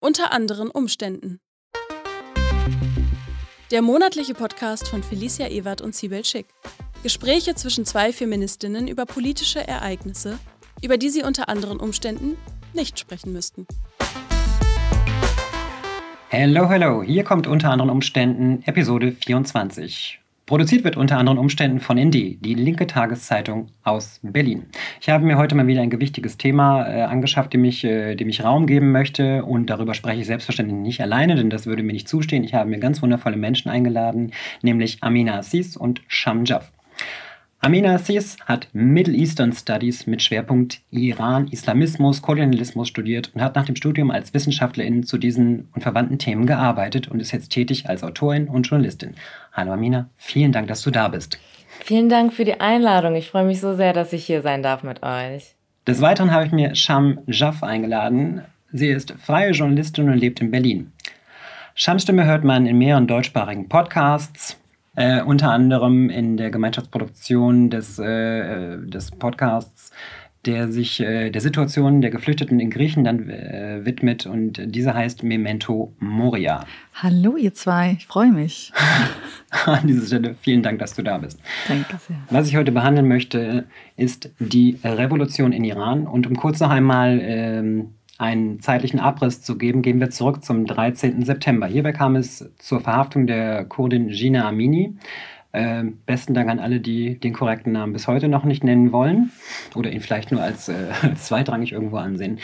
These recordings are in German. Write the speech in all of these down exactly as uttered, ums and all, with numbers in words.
Unter anderen Umständen. Der monatliche Podcast von Felicia Ewert und Sibel Schick. Gespräche zwischen zwei Feministinnen über politische Ereignisse, über die sie unter anderen Umständen nicht sprechen müssten. Hello, hello, hier kommt unter anderen Umständen Episode vierundzwanzig. Produziert wird unter anderen Umständen von N D, die linke Tageszeitung aus Berlin. Ich habe mir heute mal wieder ein gewichtiges Thema äh, angeschafft, dem ich, äh, dem ich Raum geben möchte, und darüber spreche ich selbstverständlich nicht alleine, denn das würde mir nicht zustehen. Ich habe mir ganz wundervolle Menschen eingeladen, nämlich Amina Aziz und Sham Jaff. Amina Aziz hat Middle Eastern Studies mit Schwerpunkt Iran, Islamismus, Kolonialismus studiert und hat nach dem Studium als Wissenschaftlerin zu diesen und verwandten Themen gearbeitet und ist jetzt tätig als Autorin und Journalistin. Hallo Amina, vielen Dank, dass du da bist. Vielen Dank für die Einladung. Ich freue mich so sehr, dass ich hier sein darf mit euch. Des Weiteren habe ich mir Sham Jaff eingeladen. Sie ist freie Journalistin und lebt in Berlin. Shams Stimme hört man in mehreren deutschsprachigen Podcasts, Äh, unter anderem in der Gemeinschaftsproduktion des, äh, des Podcasts, der sich äh, der Situation der Geflüchteten in Griechenland äh, widmet, und dieser heißt Memento Moria. Hallo ihr zwei, ich freue mich. An dieser Stelle vielen Dank, dass du da bist. Danke sehr. Was ich heute behandeln möchte, ist die Revolution in Iran, und um kurz noch einmal ähm, einen zeitlichen Abriss zu geben, gehen wir zurück zum dreizehnten September. Hierbei kam es zur Verhaftung der Kurdin Jina Amini. Äh, besten Dank an alle, die den korrekten Namen bis heute noch nicht nennen wollen oder ihn vielleicht nur als, äh, als zweitrangig irgendwo ansehen.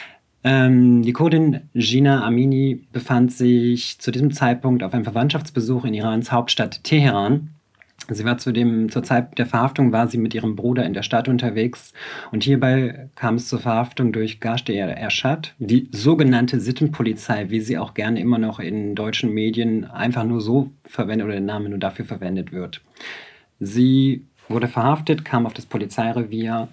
Ähm, die Kurdin Jina Amini befand sich zu diesem Zeitpunkt auf einem Verwandtschaftsbesuch in Irans Hauptstadt Teheran. Sie war zu dem, zur Zeit der Verhaftung war sie mit ihrem Bruder in der Stadt unterwegs, und hierbei kam es zur Verhaftung durch Gasht Ershad, die sogenannte Sittenpolizei, wie sie auch gerne immer noch in deutschen Medien einfach nur so verwendet oder der Name nur dafür verwendet wird. Sie wurde verhaftet, kam auf das Polizeirevier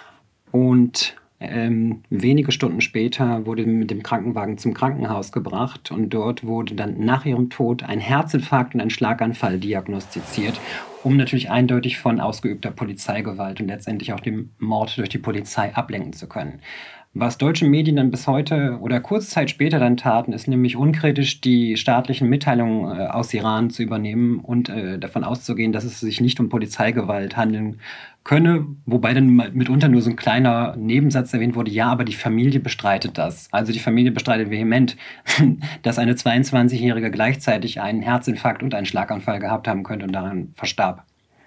und Ähm, wenige Stunden später wurde mit dem Krankenwagen zum Krankenhaus gebracht, und dort wurde dann nach ihrem Tod ein Herzinfarkt und ein Schlaganfall diagnostiziert, um natürlich eindeutig von ausgeübter Polizeigewalt und letztendlich auch dem Mord durch die Polizei ablenken zu können. Was deutsche Medien dann bis heute oder kurze Zeit später dann taten, ist nämlich unkritisch die staatlichen Mitteilungen äh, aus Iran zu übernehmen und äh, davon auszugehen, dass es sich nicht um Polizeigewalt handeln könne, wobei dann mitunter nur so ein kleiner Nebensatz erwähnt wurde, ja, aber die Familie bestreitet das. Also die Familie bestreitet vehement, dass eine zweiundzwanzigjährige gleichzeitig einen Herzinfarkt und einen Schlaganfall gehabt haben könnte und daran verstarb.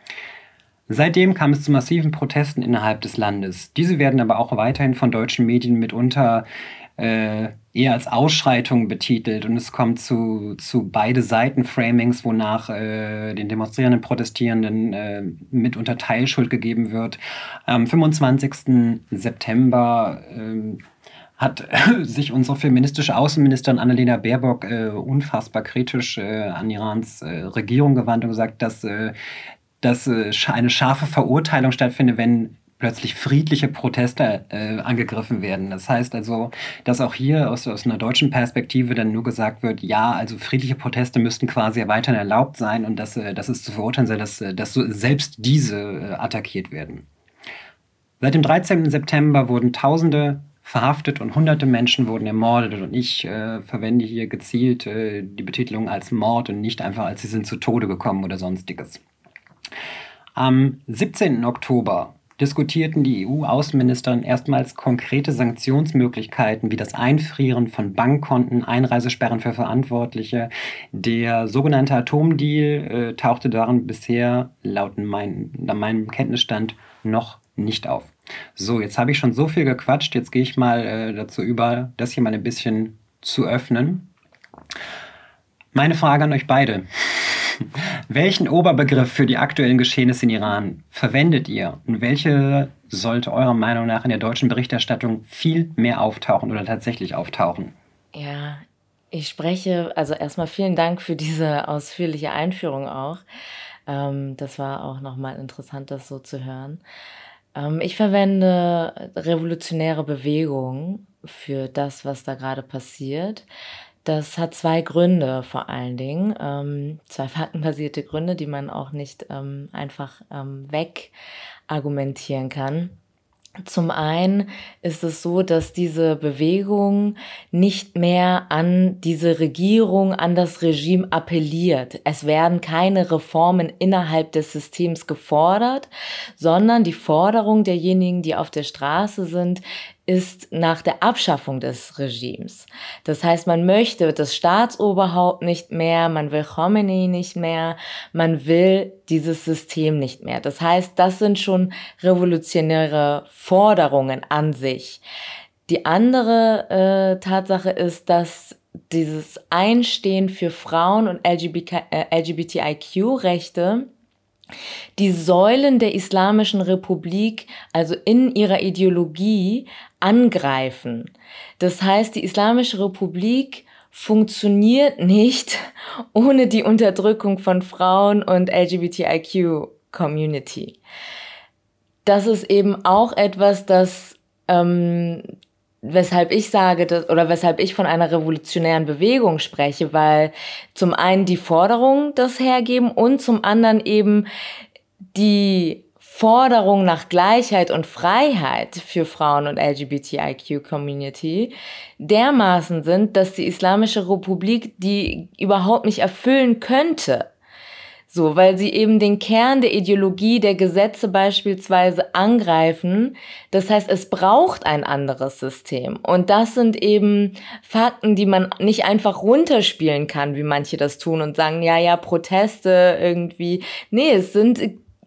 Seitdem kam es zu massiven Protesten innerhalb des Landes. Diese werden aber auch weiterhin von deutschen Medien mitunter äh, eher als Ausschreitungen betitelt, und es kommt zu, zu beide Seiten-Framings, wonach äh, den demonstrierenden Protestierenden äh, mitunter Teilschuld gegeben wird. Am fünfundzwanzigsten September äh, hat sich unsere feministische Außenministerin Annalena Baerbock äh, unfassbar kritisch äh, an Irans äh, Regierung gewandt und gesagt, dass äh, dass äh, eine scharfe Verurteilung stattfindet, wenn plötzlich friedliche Proteste äh, angegriffen werden. Das heißt also, dass auch hier aus, aus einer deutschen Perspektive dann nur gesagt wird, ja, also friedliche Proteste müssten quasi weiterhin erlaubt sein, und dass, äh, dass es zu verurteilen sei, dass, dass so selbst diese äh, attackiert werden. Seit dem dreizehnten September wurden Tausende verhaftet und hunderte Menschen wurden ermordet, und ich äh, verwende hier gezielt äh, die Betitelung als Mord und nicht einfach als sie sind zu Tode gekommen oder sonstiges. Am siebzehnten Oktober diskutierten die E U-Außenministerinnen erstmals konkrete Sanktionsmöglichkeiten wie das Einfrieren von Bankkonten, Einreisesperren für Verantwortliche. Der sogenannte Atomdeal äh, tauchte darin bisher laut mein, meinem Kenntnisstand noch nicht auf. So, jetzt habe ich schon so viel gequatscht, jetzt gehe ich mal äh, dazu über, das hier mal ein bisschen zu öffnen. Meine Frage an euch beide. Welchen Oberbegriff für die aktuellen Geschehnisse in Iran verwendet ihr, und welche sollte eurer Meinung nach in der deutschen Berichterstattung viel mehr auftauchen oder tatsächlich auftauchen? Ja, ich spreche, also erstmal vielen Dank für diese ausführliche Einführung auch. Ähm, das war auch nochmal interessant, das so zu hören. Ähm, ich verwende revolutionäre Bewegung für das, was da gerade passiert. Das hat zwei Gründe vor allen Dingen, ähm, zwei faktenbasierte Gründe, die man auch nicht ähm, einfach ähm, wegargumentieren kann. Zum einen ist es so, dass diese Bewegung nicht mehr an diese Regierung, an das Regime appelliert. Es werden keine Reformen innerhalb des Systems gefordert, sondern die Forderung derjenigen, die auf der Straße sind, ist nach der Abschaffung des Regimes. Das heißt, man möchte das Staatsoberhaupt nicht mehr, man will Khomeini nicht mehr, man will dieses System nicht mehr. Das heißt, das sind schon revolutionäre Forderungen an sich. Die andere äh, Tatsache ist, dass dieses Einstehen für Frauen und L G B T I Q-Rechte die Säulen der Islamischen Republik, also in ihrer Ideologie, angreifen. Das heißt, die Islamische Republik funktioniert nicht ohne die Unterdrückung von Frauen und L G B T I Q-Community. Das ist eben auch etwas, das ähm, weshalb ich sage, dass, oder weshalb ich von einer revolutionären Bewegung spreche, weil zum einen die Forderungen das hergeben und zum anderen eben die Forderung nach Gleichheit und Freiheit für Frauen und L G B T I Q-Community dermaßen sind, dass die Islamische Republik die überhaupt nicht erfüllen könnte. So, weil sie eben den Kern der Ideologie der Gesetze beispielsweise angreifen. Das heißt, es braucht ein anderes System. Und das sind eben Fakten, die man nicht einfach runterspielen kann, wie manche das tun und sagen, ja, ja, Proteste irgendwie. Nee, es sind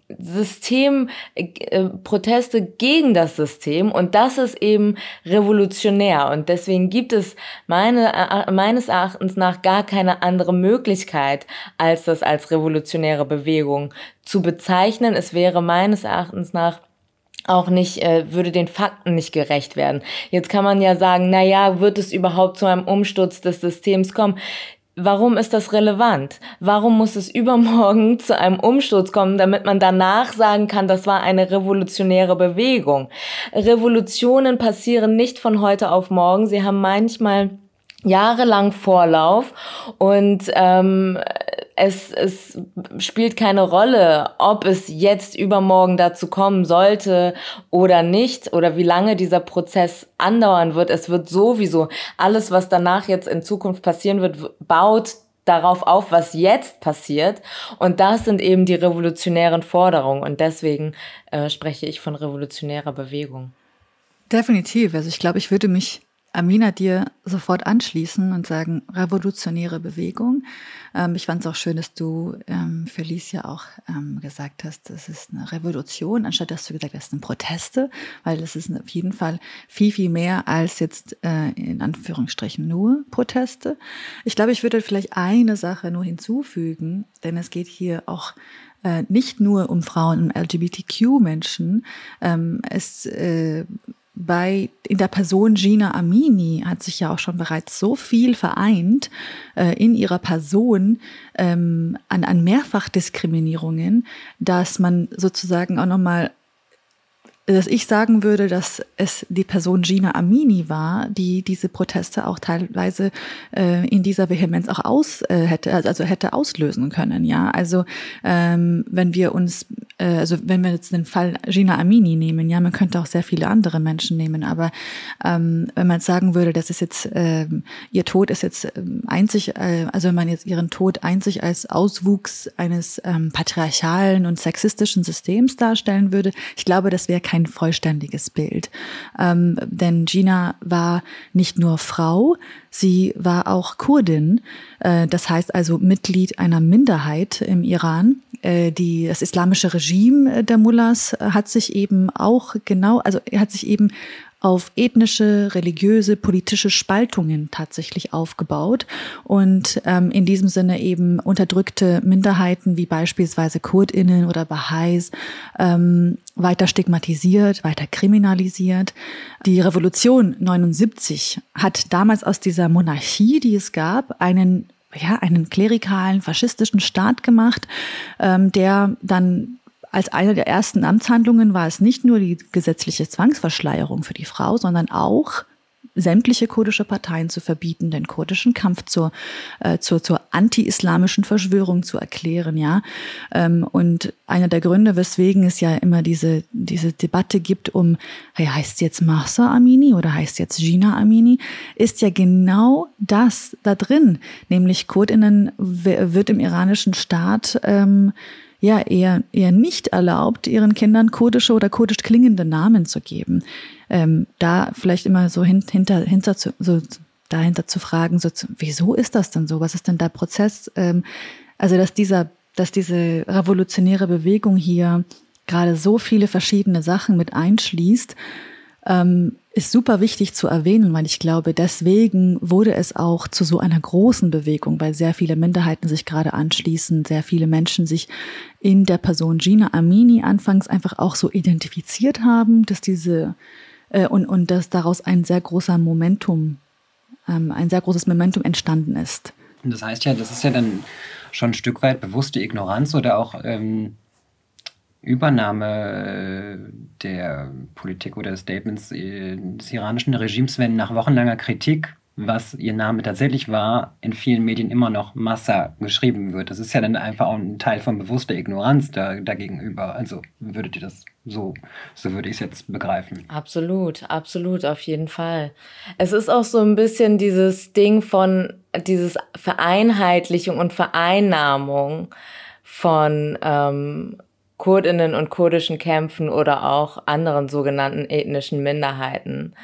System, äh, Proteste gegen das System und das ist eben revolutionär und deswegen gibt es meine, äh, meines Erachtens nach gar keine andere Möglichkeit, als das als revolutionäre Bewegung zu bezeichnen. Es wäre meines Erachtens nach auch nicht, äh, würde den Fakten nicht gerecht werden. Jetzt kann man ja sagen, na ja, wird es überhaupt zu einem Umsturz des Systems kommen? Warum ist das relevant? Warum muss es übermorgen zu einem Umsturz kommen, damit man danach sagen kann, das war eine revolutionäre Bewegung? Revolutionen passieren nicht von heute auf morgen. Sie haben manchmal jahrelang Vorlauf und ähm, es, es spielt keine Rolle, ob es jetzt übermorgen dazu kommen sollte oder nicht oder wie lange dieser Prozess andauern wird. Es wird sowieso alles, was danach jetzt in Zukunft passieren wird, baut darauf auf, was jetzt passiert. Und das sind eben die revolutionären Forderungen. Und deswegen äh, spreche ich von revolutionärer Bewegung. Definitiv. Also ich glaube, ich würde mich Amina, dir sofort anschließen und sagen, revolutionäre Bewegung. Ähm, ich fand es auch schön, dass du, ähm, Felicia, auch ähm, gesagt hast, das ist eine Revolution, anstatt dass du gesagt hast, das sind Proteste, weil es ist auf jeden Fall viel, viel mehr als jetzt äh, in Anführungsstrichen nur Proteste. Ich glaube, ich würde vielleicht eine Sache nur hinzufügen, denn es geht hier auch äh, nicht nur um Frauen und L G B T Q-Menschen. Ähm, es äh, Bei, in der Person Jina Amini hat sich ja auch schon bereits so viel vereint äh, in ihrer Person ähm, an, an Mehrfachdiskriminierungen, dass man sozusagen auch nochmal, dass ich sagen würde, dass es die Person Jina Amini war, die diese Proteste auch teilweise äh, in dieser Vehemenz auch aus äh, hätte, also hätte auslösen können. Ja, also ähm, wenn wir uns also wenn wir jetzt den Fall Jina Amini nehmen, ja, man könnte auch sehr viele andere Menschen nehmen, aber ähm, wenn man sagen würde, das ist jetzt, ähm, ihr Tod ist jetzt ähm, einzig, äh, also wenn man jetzt ihren Tod einzig als Auswuchs eines ähm, patriarchalen und sexistischen Systems darstellen würde, ich glaube, das wäre kein vollständiges Bild. Ähm, denn Jina war nicht nur Frau, sie war auch Kurdin, äh, das heißt also Mitglied einer Minderheit im Iran. Äh, die, das islamische Regime der Mullahs hat sich eben auch genau, also er hat sich eben auf ethnische, religiöse, politische Spaltungen tatsächlich aufgebaut und ähm, in diesem Sinne eben unterdrückte Minderheiten wie beispielsweise KurdInnen oder Baha'is ähm, weiter stigmatisiert, weiter kriminalisiert. Die Revolution neunundsiebzig hat damals aus dieser Monarchie, die es gab, einen ja einen klerikalen, faschistischen Staat gemacht, ähm, der dann als eine der ersten Amtshandlungen war es nicht nur die gesetzliche Zwangsverschleierung für die Frau, sondern auch sämtliche kurdische Parteien zu verbieten, den kurdischen Kampf zur, äh, zur, zur anti-islamischen Verschwörung zu erklären, ja. Ähm, und einer der Gründe, weswegen es ja immer diese, diese Debatte gibt um, hey, heißt jetzt Mahsa Amini oder heißt jetzt Jina Amini, ist ja genau das da drin, nämlich KurdInnen w- wird im iranischen Staat ähm, ja eher, eher nicht erlaubt, ihren Kindern kurdische oder kurdisch klingende Namen zu geben. Ähm, da vielleicht immer so hin, hinter, hinter zu, so dahinter zu fragen, so zu, wieso ist das denn so? Was ist denn der Prozess? Ähm, also, dass dieser, dass diese revolutionäre Bewegung hier gerade so viele verschiedene Sachen mit einschließt, ähm, ist super wichtig zu erwähnen, weil ich glaube, deswegen wurde es auch zu so einer großen Bewegung, weil sehr viele Minderheiten sich gerade anschließen, sehr viele Menschen sich in der Person Jina Amini anfangs einfach auch so identifiziert haben, dass diese äh, und, und dass daraus ein sehr großer Momentum, ähm, ein sehr großes Momentum entstanden ist. Und das heißt ja, das ist ja dann schon ein Stück weit bewusste Ignoranz oder auch ähm Übernahme der Politik oder des Statements des iranischen Regimes, wenn nach wochenlanger Kritik, was ihr Name tatsächlich war, in vielen Medien immer noch Massa geschrieben wird. Das ist ja dann einfach auch ein Teil von bewusster Ignoranz da, dagegenüber. Also würdet ihr das so, so würde ich es jetzt begreifen. Absolut, absolut, auf jeden Fall. Es ist auch so ein bisschen dieses Ding von, dieses Vereinheitlichung und Vereinnahmung von ähm, KurdInnen und kurdischen Kämpfen oder auch anderen sogenannten ethnischen Minderheiten.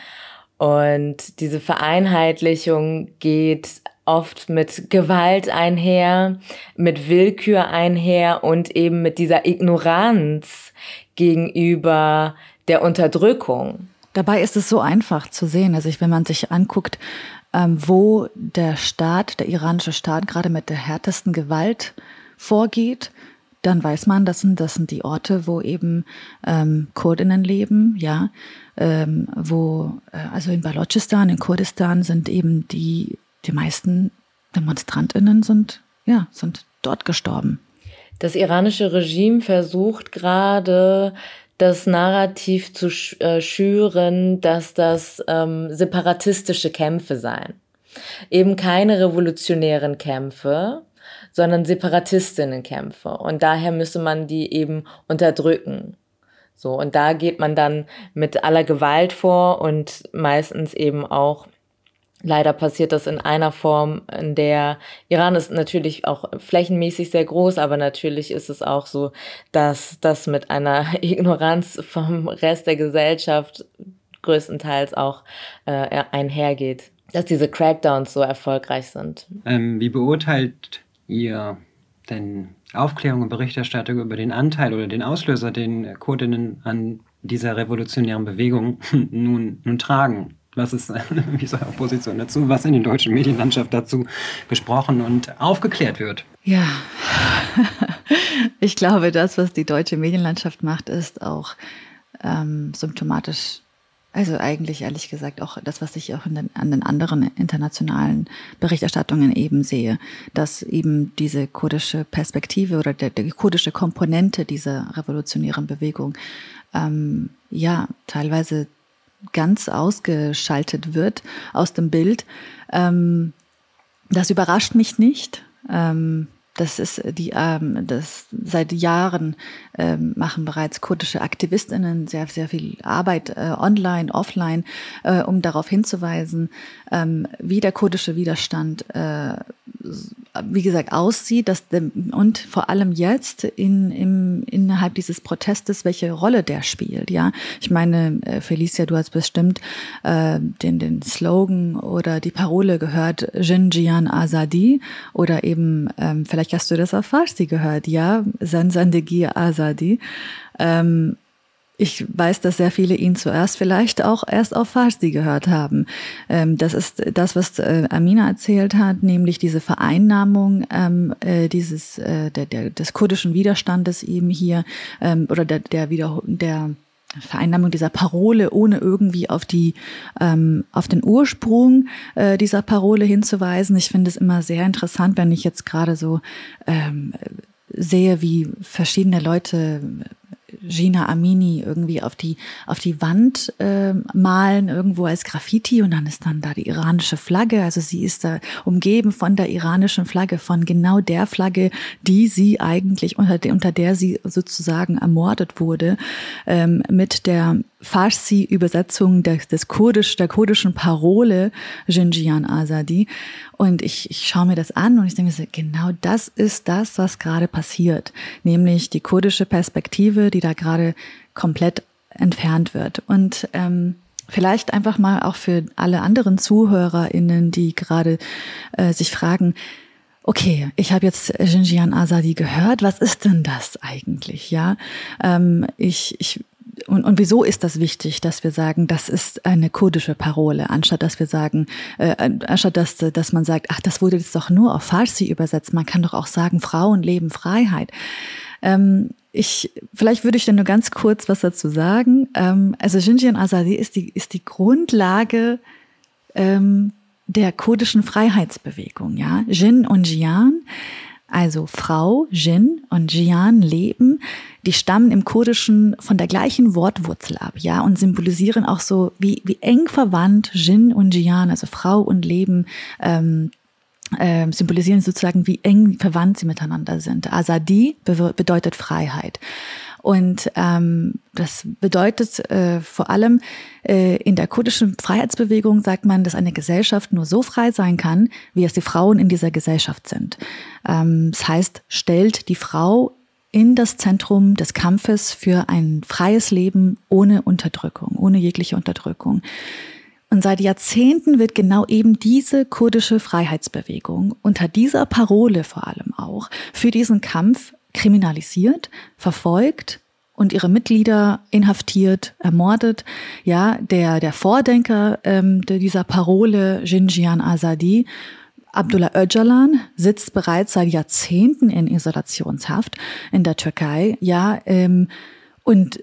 Und diese Vereinheitlichung geht oft mit Gewalt einher, mit Willkür einher und eben mit dieser Ignoranz gegenüber der Unterdrückung. Dabei ist es so einfach zu sehen, also wenn man sich anguckt, ähm, wo der Staat, der iranische Staat gerade mit der härtesten Gewalt vorgeht, dann weiß man, das sind, das sind die Orte, wo eben ähm, KurdInnen leben, ja, ähm, wo, äh, also in Balochistan, in Kurdistan sind eben die, die meisten DemonstrantInnen sind, ja, sind dort gestorben. Das iranische Regime versucht gerade, das Narrativ zu sch- äh, schüren, dass das ähm, separatistische Kämpfe seien. Eben keine revolutionären Kämpfe, sondern Separatistinnenkämpfe. Und daher müsse man die eben unterdrücken. So, und da geht man dann mit aller Gewalt vor und meistens eben auch, leider passiert das in einer Form, in der Iran ist natürlich auch flächenmäßig sehr groß, aber natürlich ist es auch so, dass das mit einer Ignoranz vom Rest der Gesellschaft größtenteils auch äh, einhergeht, dass diese Crackdowns so erfolgreich sind. Ähm, wie beurteilt ihr denn Aufklärung und Berichterstattung über den Anteil oder den Auslöser, den Kurdinnen an dieser revolutionären Bewegung nun, nun tragen? Was ist, wie ist eure Position dazu? Was in der deutschen Medienlandschaft dazu besprochen und aufgeklärt wird? Ja, ich glaube, das, was die deutsche Medienlandschaft macht, ist auch ähm, symptomatisch. Also eigentlich, ehrlich gesagt, auch das, was ich auch in den, an den anderen internationalen Berichterstattungen eben sehe, dass eben diese kurdische Perspektive oder der, die kurdische Komponente dieser revolutionären Bewegung ähm, ja teilweise ganz ausgeschaltet wird aus dem Bild. Ähm, das überrascht mich nicht. Ähm, Das ist die, ähm, das seit Jahren ähm, machen bereits kurdische AktivistInnen sehr, sehr viel Arbeit äh, online, offline, äh, um darauf hinzuweisen, ähm, wie der kurdische Widerstand, äh, wie gesagt, aussieht, dass dem, und vor allem jetzt in, im, innerhalb dieses Protestes, welche Rolle der spielt. Ja, ich meine, äh, Felicia, du hast bestimmt äh, den, den Slogan oder die Parole gehört, Jinjian Azadi, oder eben ähm, vielleicht hast du das auf Farsi gehört, ja, Zan Zandagi Azadi. Ähm, ich weiß, dass sehr viele ihn zuerst vielleicht auch erst auf Farsi gehört haben. Ähm, das ist das, was äh, Amina erzählt hat, nämlich diese Vereinnahmung ähm, äh, dieses äh, der, der, des kurdischen Widerstandes eben hier ähm, oder der der wieder der Vereinnahmung dieser Parole, ohne irgendwie auf die ähm, auf den Ursprung äh, dieser Parole hinzuweisen. Ich finde es immer sehr interessant, wenn ich jetzt gerade so ähm, sehe, wie verschiedene Leute Gina Amini irgendwie auf die, auf die Wand äh, malen, irgendwo als Graffiti, und dann ist dann da die iranische Flagge. Also sie ist da umgeben von der iranischen Flagge, von genau der Flagge, die sie eigentlich, unter, der, unter der sie sozusagen ermordet wurde, ähm, mit der Farsi-Übersetzung des, des Kurdisch, der kurdischen Parole Jinjiyan Azadi. Und ich, ich schaue mir das an und ich denke mir so, genau das ist das, was gerade passiert. Nämlich die kurdische Perspektive, die da gerade komplett entfernt wird. Und ähm, vielleicht einfach mal auch für alle anderen ZuhörerInnen, die gerade äh, sich fragen, okay, ich habe jetzt Jinjiyan Azadi gehört, was ist denn das eigentlich? Ja, ähm, ich, ich Und, und wieso ist das wichtig, dass wir sagen, das ist eine kurdische Parole, anstatt dass wir sagen, äh, anstatt dass, dass man sagt, ach, das wurde jetzt doch nur auf Farsi übersetzt. Man kann doch auch sagen, Frauen leben Freiheit. Ähm, ich, vielleicht würde ich dann nur ganz kurz was dazu sagen. Ähm, also Jinjiyan Azadi ist die, ist die Grundlage ähm, der kurdischen Freiheitsbewegung. Ja, Jin und Jiyan, also Frau, Jin und Jiyan leben, die stammen im Kurdischen von der gleichen Wortwurzel ab, ja, und symbolisieren auch so, wie, wie eng verwandt Jin und Jiyan, also Frau und Leben, ähm, äh, symbolisieren sozusagen, wie eng verwandt sie miteinander sind. Azadi be- bedeutet Freiheit. Und ähm, das bedeutet äh, vor allem, äh, in der kurdischen Freiheitsbewegung sagt man, dass eine Gesellschaft nur so frei sein kann, wie es die Frauen in dieser Gesellschaft sind. Ähm, das heißt, stellt die Frau in das Zentrum des Kampfes für ein freies Leben ohne Unterdrückung, ohne jegliche Unterdrückung. Und seit Jahrzehnten wird genau eben diese kurdische Freiheitsbewegung unter dieser Parole vor allem auch für diesen Kampf kriminalisiert, verfolgt und ihre Mitglieder inhaftiert, ermordet. Ja, der, der Vordenker ähm, dieser Parole, Jinjiyan Azadi, Abdullah Öcalan, sitzt bereits seit Jahrzehnten in Isolationshaft in der Türkei. Ja, ähm, und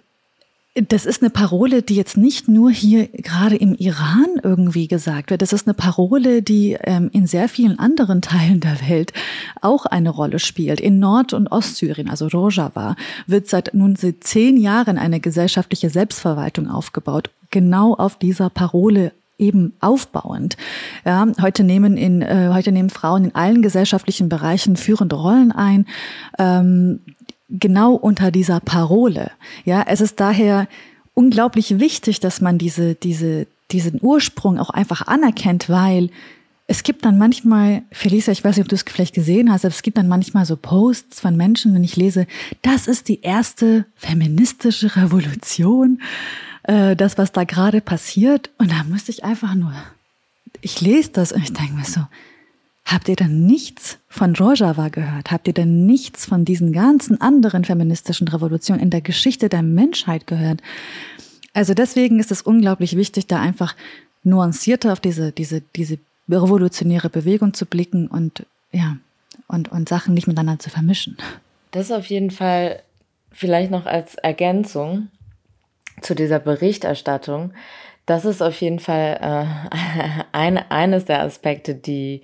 das ist eine Parole, die jetzt nicht nur hier gerade im Iran irgendwie gesagt wird. Das ist eine Parole, die ähm, in sehr vielen anderen Teilen der Welt auch eine Rolle spielt. In Nord- und Ostsyrien, also Rojava, wird seit nun seit zehn Jahren eine gesellschaftliche Selbstverwaltung aufgebaut, genau auf dieser Parole eben aufbauend. Ja, heute nehmen in äh, heute nehmen Frauen in allen gesellschaftlichen Bereichen führende Rollen ein. Ähm, Genau unter dieser Parole. Ja, es ist daher unglaublich wichtig, dass man diese, diese, diesen Ursprung auch einfach anerkennt, weil es gibt dann manchmal, Felicia, ich weiß nicht, ob du es vielleicht gesehen hast, aber es gibt dann manchmal so Posts von Menschen, wenn ich lese, das ist die erste feministische Revolution, äh, das, was da gerade passiert. Und da müsste ich einfach nur, ich lese das und ich denke mir so, habt ihr denn nichts von Rojava gehört? Habt ihr denn nichts von diesen ganzen anderen feministischen Revolutionen in der Geschichte der Menschheit gehört? Also deswegen ist es unglaublich wichtig, da einfach nuancierter auf diese, diese, diese revolutionäre Bewegung zu blicken und, ja, und, und Sachen nicht miteinander zu vermischen. Das ist auf jeden Fall vielleicht noch als Ergänzung zu dieser Berichterstattung. Das ist auf jeden Fall äh, ein, eines der Aspekte, die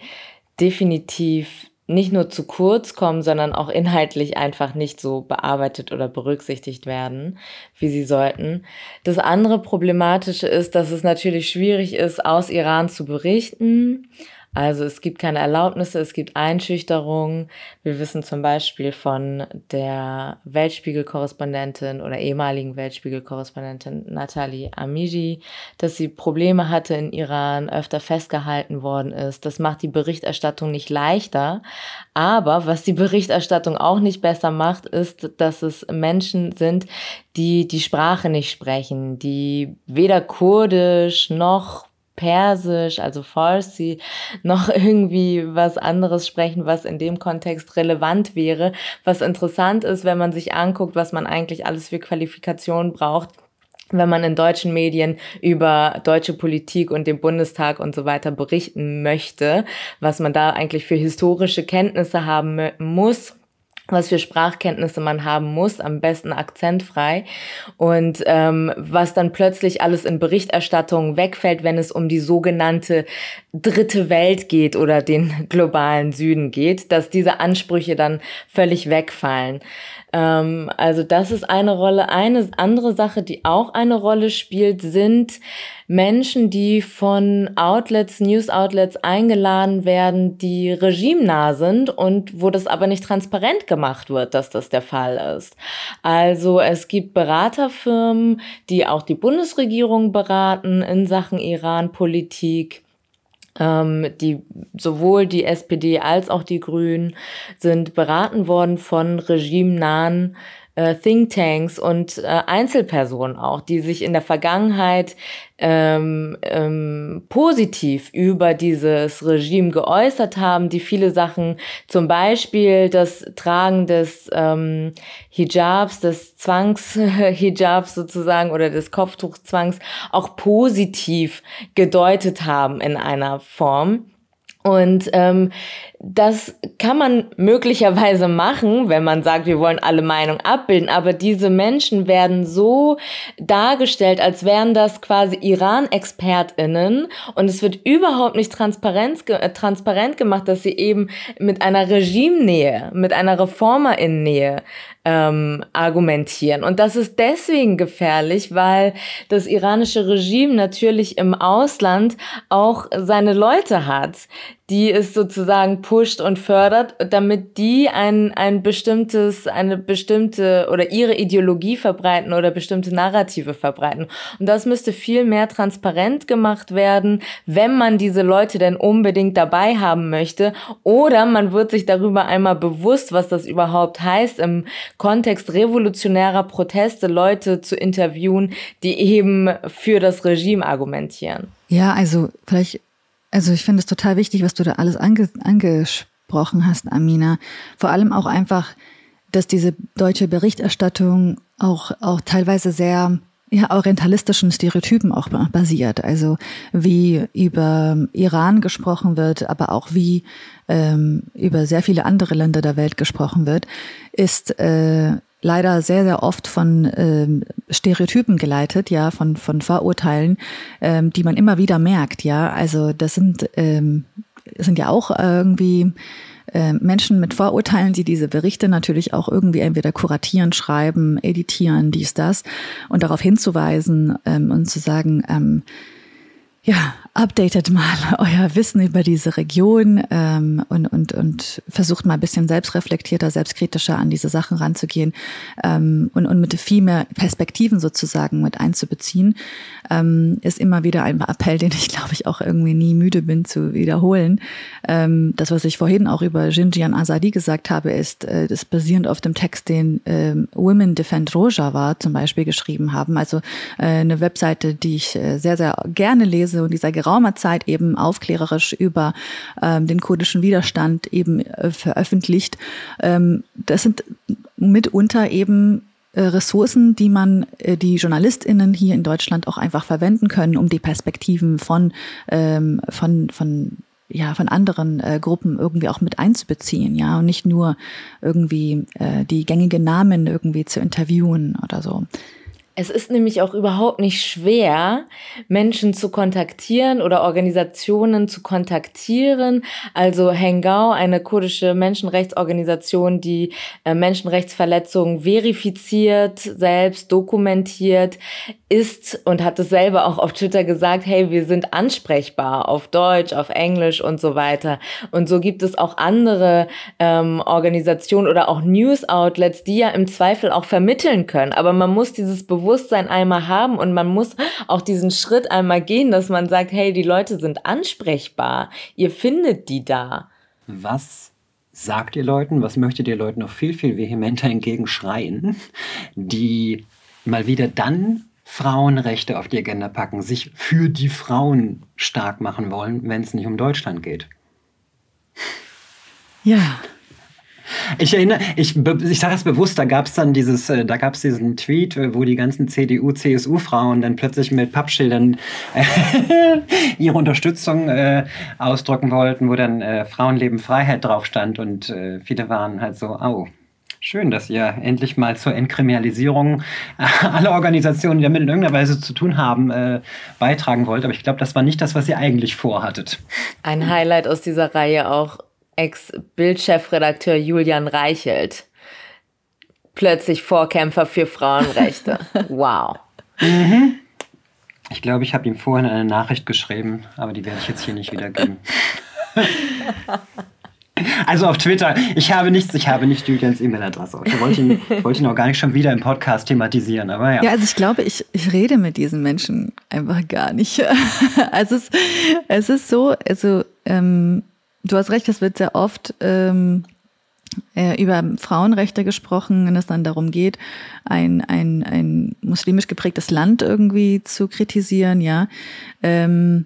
definitiv nicht nur zu kurz kommen, sondern auch inhaltlich einfach nicht so bearbeitet oder berücksichtigt werden, wie sie sollten. Das andere Problematische ist, dass es natürlich schwierig ist, aus Iran zu berichten. Also es gibt keine Erlaubnisse, es gibt Einschüchterungen. Wir wissen zum Beispiel von der Weltspiegel-Korrespondentin oder ehemaligen Weltspiegel-Korrespondentin Nathalie Amiri, dass sie Probleme hatte in Iran, öfter festgehalten worden ist. Das macht die Berichterstattung nicht leichter. Aber was die Berichterstattung auch nicht besser macht, ist, dass es Menschen sind, die die Sprache nicht sprechen, die weder Kurdisch noch Persisch, also Farsi, noch irgendwie was anderes sprechen, was in dem Kontext relevant wäre. Was interessant ist, wenn man sich anguckt, was man eigentlich alles für Qualifikationen braucht, wenn man in deutschen Medien über deutsche Politik und den Bundestag und so weiter berichten möchte, was man da eigentlich für historische Kenntnisse haben muss, was für Sprachkenntnisse man haben muss, am besten akzentfrei und ähm, was dann plötzlich alles in Berichterstattung wegfällt, wenn es um die sogenannte dritte Welt geht oder den globalen Süden geht, dass diese Ansprüche dann völlig wegfallen. Ähm, also das ist eine Rolle. Eine andere Sache, die auch eine Rolle spielt, sind Menschen, die von Outlets, News-Outlets eingeladen werden, die regimenah sind und wo das aber nicht transparent gemacht wird, dass das der Fall ist. Also es gibt Beraterfirmen, die auch die Bundesregierung beraten in Sachen Iran-Politik. Ähm, die, sowohl die S P D als auch die Grünen sind beraten worden von regimenahen äh, Thinktanks und äh, Einzelpersonen auch, die sich in der Vergangenheit ähm, ähm, positiv über dieses Regime geäußert haben, die viele Sachen, zum Beispiel das Tragen des ähm, Hijabs, des Zwangshijabs sozusagen oder des Kopftuchzwangs auch positiv gedeutet haben in einer Form. Und ähm, das kann man möglicherweise machen, wenn man sagt, wir wollen alle Meinungen abbilden, aber diese Menschen werden so dargestellt, als wären das quasi Iran-ExpertInnen und es wird überhaupt nicht transparent, äh, transparent gemacht, dass sie eben mit einer Regimenähe, mit einer ReformerInnen-Nähe ähm, argumentieren. Und das ist deswegen gefährlich, weil das iranische Regime natürlich im Ausland auch seine Leute hat, die es sozusagen pusht und fördert, damit die ein, ein bestimmtes, eine bestimmte oder ihre Ideologie verbreiten oder bestimmte Narrative verbreiten. Und das müsste viel mehr transparent gemacht werden, wenn man diese Leute denn unbedingt dabei haben möchte. Oder man wird sich darüber einmal bewusst, was das überhaupt heißt, im Kontext revolutionärer Proteste Leute zu interviewen, die eben für das Regime argumentieren. Ja, also vielleicht Also ich finde es total wichtig, was du da alles ange- angesprochen hast, Amina. Vor allem auch einfach, dass diese deutsche Berichterstattung auch, auch teilweise sehr ja, orientalistischen Stereotypen auch basiert. Also wie über Iran gesprochen wird, aber auch wie ähm, über sehr viele andere Länder der Welt gesprochen wird, ist äh, leider sehr, sehr oft von ähm, Stereotypen geleitet, ja, von von Vorurteilen, ähm, die man immer wieder merkt, ja. Also das sind ähm, sind ja auch irgendwie äh, Menschen mit Vorurteilen, die diese Berichte natürlich auch irgendwie entweder kuratieren, schreiben, editieren, dies, das, und darauf hinzuweisen ähm, und zu sagen, ähm, ja, updatet mal euer Wissen über diese Region ähm, und, und, und versucht mal ein bisschen selbstreflektierter, selbstkritischer an diese Sachen ranzugehen ähm, und, und mit viel mehr Perspektiven sozusagen mit einzubeziehen, ähm, ist immer wieder ein Appell, den ich, glaube ich, auch irgendwie nie müde bin zu wiederholen. Ähm, das, was ich vorhin auch über Jinjian Azadi gesagt habe, ist, äh, das basierend auf dem Text, den äh, Women Defend Rojava zum Beispiel geschrieben haben, also äh, eine Webseite, die ich äh, sehr, sehr gerne lese und die seit geraumer Zeit eben aufklärerisch über ähm, den kurdischen Widerstand eben äh, veröffentlicht. Ähm, das sind mitunter eben äh, Ressourcen, die man, äh, die JournalistInnen hier in Deutschland auch einfach verwenden können, um die Perspektiven von, ähm, von, von ja, von anderen äh, Gruppen irgendwie auch mit einzubeziehen, ja, und nicht nur irgendwie äh, die gängigen Namen irgendwie zu interviewen oder so. Es ist nämlich auch überhaupt nicht schwer, Menschen zu kontaktieren oder Organisationen zu kontaktieren. Also Hengao, eine kurdische Menschenrechtsorganisation, die äh, Menschenrechtsverletzungen verifiziert, selbst dokumentiert, ist und hat es selber auch auf Twitter gesagt, hey, wir sind ansprechbar auf Deutsch, auf Englisch und so weiter. Und so gibt es auch andere ähm, Organisationen oder auch News-Outlets, die ja im Zweifel auch vermitteln können. Aber man muss dieses Bewusstsein einmal haben und man muss auch diesen Schritt einmal gehen, dass man sagt, hey, die Leute sind ansprechbar. Ihr findet die da. Was sagt ihr Leuten, was möchtet ihr Leuten noch viel, viel vehementer entgegenschreien, die mal wieder dann Frauenrechte auf die Agenda packen, sich für die Frauen stark machen wollen, wenn es nicht um Deutschland geht? Ja. Ich erinnere, ich, ich sage es bewusst, da gab es dann dieses, da gab es diesen Tweet, wo die ganzen C D U, C S U-Frauen dann plötzlich mit Pappschildern äh, ihre Unterstützung äh, ausdrücken wollten, wo dann äh, Frauenleben Freiheit drauf stand und äh, viele waren halt so, au, Schön, dass ihr endlich mal zur Entkriminalisierung aller Organisationen, die damit in irgendeiner Weise zu tun haben, äh, beitragen wollt. Aber ich glaube, das war nicht das, was ihr eigentlich vorhattet. Ein Highlight aus dieser Reihe auch Ex-Bild-Chefredakteur Julian Reichelt. Plötzlich Vorkämpfer für Frauenrechte. Wow. Mhm. Ich glaube, ich habe ihm vorhin eine Nachricht geschrieben, aber die werde ich jetzt hier nicht wiedergeben. Also auf Twitter. Ich habe nichts, ich habe nicht Julians E-Mail-Adresse. Ich wollte ihn, wollte ihn auch gar nicht schon wieder im Podcast thematisieren, aber ja. Ja, also ich glaube, ich, ich rede mit diesen Menschen einfach gar nicht. Also es, es ist so, also ähm, du hast recht, es wird sehr oft ähm, über Frauenrechte gesprochen, wenn es dann darum geht, ein, ein, ein muslimisch geprägtes Land irgendwie zu kritisieren, ja. Ähm,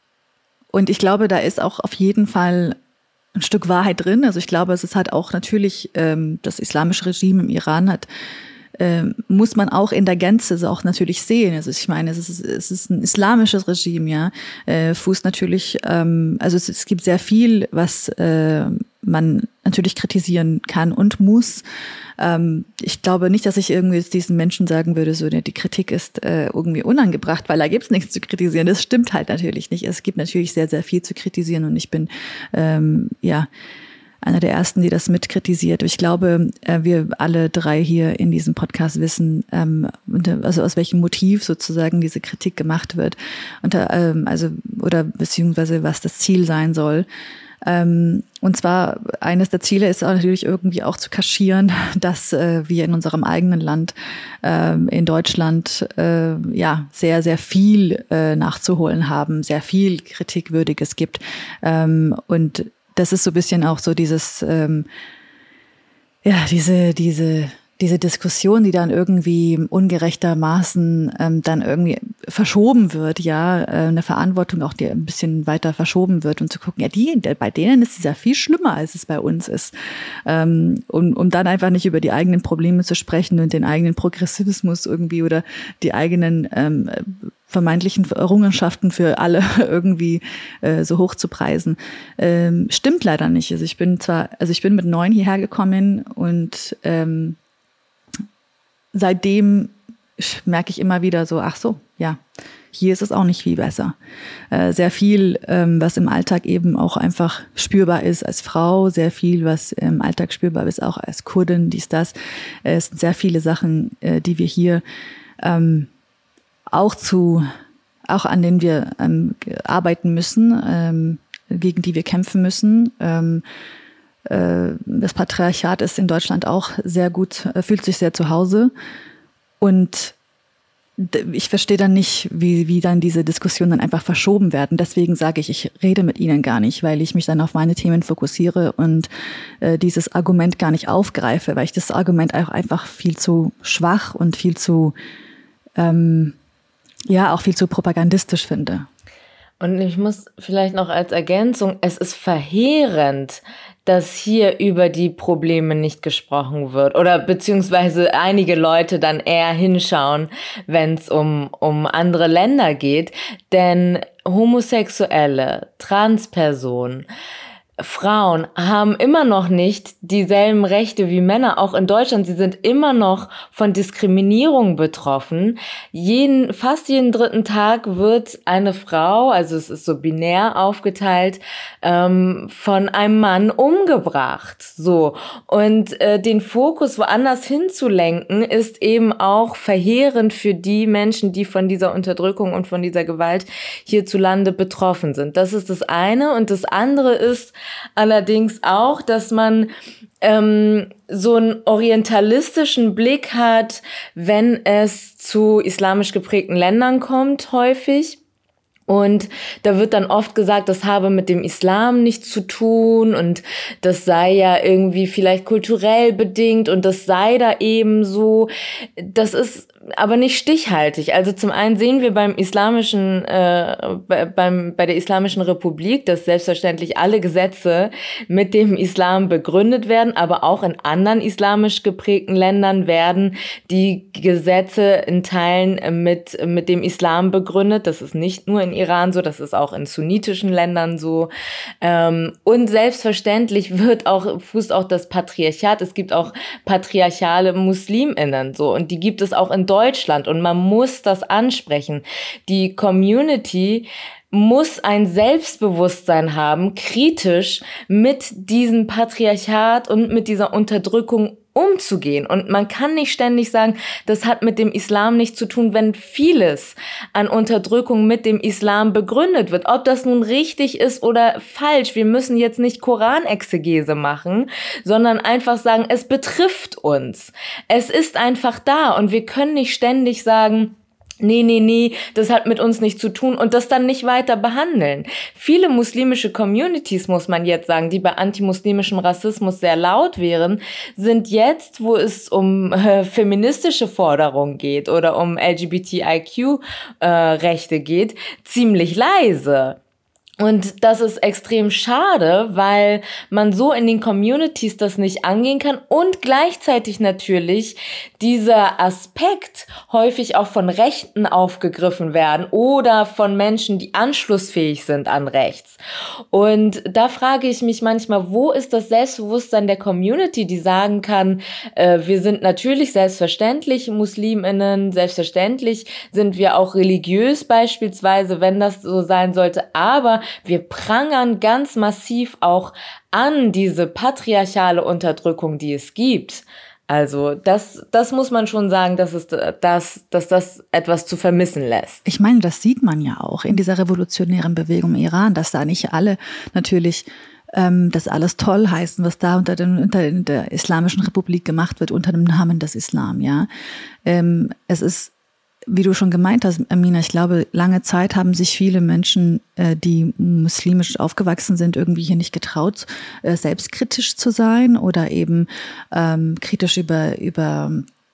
und ich glaube, da ist auch auf jeden Fall ein Stück Wahrheit drin. Also ich glaube, es ist halt auch natürlich, ähm, das islamische Regime im Iran hat, ähm, muss man auch in der Gänze so auch natürlich sehen. Also ich meine, es ist, es ist ein islamisches Regime, ja, äh, fußt natürlich, ähm, also es, es gibt sehr viel, was äh, man natürlich kritisieren kann und muss. Ähm, ich glaube nicht, dass ich irgendwie jetzt diesen Menschen sagen würde, so, die Kritik ist äh, irgendwie unangebracht, weil da gibt's nichts zu kritisieren. Das stimmt halt natürlich nicht. Es gibt natürlich sehr, sehr viel zu kritisieren und ich bin, ähm, ja, einer der ersten, die das mitkritisiert. Ich glaube, wir alle drei hier in diesem Podcast wissen, also aus welchem Motiv sozusagen diese Kritik gemacht wird, also oder beziehungsweise was das Ziel sein soll. Und zwar eines der Ziele ist auch natürlich irgendwie auch zu kaschieren, dass wir in unserem eigenen Land, in Deutschland, ja sehr, sehr viel nachzuholen haben, sehr viel Kritikwürdiges gibt und das ist so ein bisschen auch so dieses, ähm, ja, diese, diese, diese Diskussion, die dann irgendwie ungerechtermaßen ähm, dann irgendwie verschoben wird, ja, äh, eine Verantwortung auch, die ein bisschen weiter verschoben wird und zu gucken, ja, die, bei denen ist es ja viel schlimmer, als es bei uns ist. Ähm, um, um dann einfach nicht über die eigenen Probleme zu sprechen und den eigenen Progressivismus irgendwie oder die eigenen ähm, vermeintlichen Errungenschaften für alle irgendwie äh, so hoch zu preisen. Ähm, stimmt leider nicht. Also ich bin zwar, also ich bin mit neun hierher gekommen und ähm, seitdem merke ich immer wieder so, ach so, ja, hier ist es auch nicht viel besser. Äh, sehr viel, ähm, was im Alltag eben auch einfach spürbar ist als Frau, sehr viel, was im Alltag spürbar ist, auch als Kurdin, dies, das. Äh, es sind sehr viele Sachen, äh, die wir hier ähm, auch zu, auch an denen wir ähm, arbeiten müssen, ähm, gegen die wir kämpfen müssen. Ähm, äh, das Patriarchat ist in Deutschland auch sehr gut, äh, fühlt sich sehr zu Hause. Und d- ich verstehe dann nicht, wie, wie dann diese Diskussionen dann einfach verschoben werden. Deswegen sage ich, ich rede mit ihnen gar nicht, weil ich mich dann auf meine Themen fokussiere und äh, dieses Argument gar nicht aufgreife, weil ich das Argument auch einfach viel zu schwach und viel zu ähm, ja, auch viel zu propagandistisch finde. Und ich muss vielleicht noch als Ergänzung, es ist verheerend, dass hier über die Probleme nicht gesprochen wird oder beziehungsweise einige Leute dann eher hinschauen, wenn es um, um andere Länder geht. Denn Homosexuelle, Transpersonen, Frauen haben immer noch nicht dieselben Rechte wie Männer, auch in Deutschland. Sie sind immer noch von Diskriminierung betroffen. Jeden, fast jeden dritten Tag wird eine Frau, also es ist so binär aufgeteilt, ähm, von einem Mann umgebracht. So. Und äh, den Fokus woanders hinzulenken, ist eben auch verheerend für die Menschen, die von dieser Unterdrückung und von dieser Gewalt hierzulande betroffen sind. Das ist das eine. Und das andere ist, allerdings auch, dass man ähm, so einen orientalistischen Blick hat, wenn es zu islamisch geprägten Ländern kommt, häufig. Und da wird dann oft gesagt, das habe mit dem Islam nichts zu tun und das sei ja irgendwie vielleicht kulturell bedingt und das sei da eben so. Das ist aber nicht stichhaltig. Also zum einen sehen wir beim islamischen, äh, bei, beim, bei der Islamischen Republik, dass selbstverständlich alle Gesetze mit dem Islam begründet werden, aber auch in anderen islamisch geprägten Ländern werden die Gesetze in Teilen mit, mit dem Islam begründet. Das ist nicht nur in Iran so, das ist auch in sunnitischen Ländern so. Ähm, und selbstverständlich wird auch, fußt auch das Patriarchat, es gibt auch patriarchale MuslimInnen so und die gibt es auch in Deutschland und man muss das ansprechen. Die Community muss ein Selbstbewusstsein haben, kritisch mit diesem Patriarchat und mit dieser Unterdrückung umzugehen. Und man kann nicht ständig sagen, das hat mit dem Islam nichts zu tun, wenn vieles an Unterdrückung mit dem Islam begründet wird. Ob das nun richtig ist oder falsch, wir müssen jetzt nicht Koranexegese machen, sondern einfach sagen, es betrifft uns. Es ist einfach da und wir können nicht ständig sagen, nee, nee, nee, das hat mit uns nichts zu tun und das dann nicht weiter behandeln. Viele muslimische Communities, muss man jetzt sagen, die bei antimuslimischem Rassismus sehr laut wären, sind jetzt, wo es um äh, feministische Forderungen geht oder um L G B T I Q-Rechte äh, geht, ziemlich leise. Und das ist extrem schade, weil man so in den Communities das nicht angehen kann und gleichzeitig natürlich dieser Aspekt häufig auch von Rechten aufgegriffen werden oder von Menschen, die anschlussfähig sind an rechts. Und da frage ich mich manchmal, wo ist das Selbstbewusstsein der Community, die sagen kann, äh, wir sind natürlich selbstverständlich MuslimInnen, selbstverständlich sind wir auch religiös beispielsweise, wenn das so sein sollte, aber wir prangern ganz massiv auch an diese patriarchale Unterdrückung, die es gibt. Also das, das muss man schon sagen, dass, es das, dass das etwas zu vermissen lässt. Ich meine, das sieht man ja auch in dieser revolutionären Bewegung im Iran, dass da nicht alle natürlich ähm, das alles toll heißen, was da unter, den, unter der Islamischen Republik gemacht wird, unter dem Namen des Islam. Ja, ähm, es ist, wie du schon gemeint hast, Amina, ich glaube, lange Zeit haben sich viele Menschen, äh, die muslimisch aufgewachsen sind, irgendwie hier nicht getraut, äh, selbstkritisch zu sein oder eben ähm, kritisch über, über,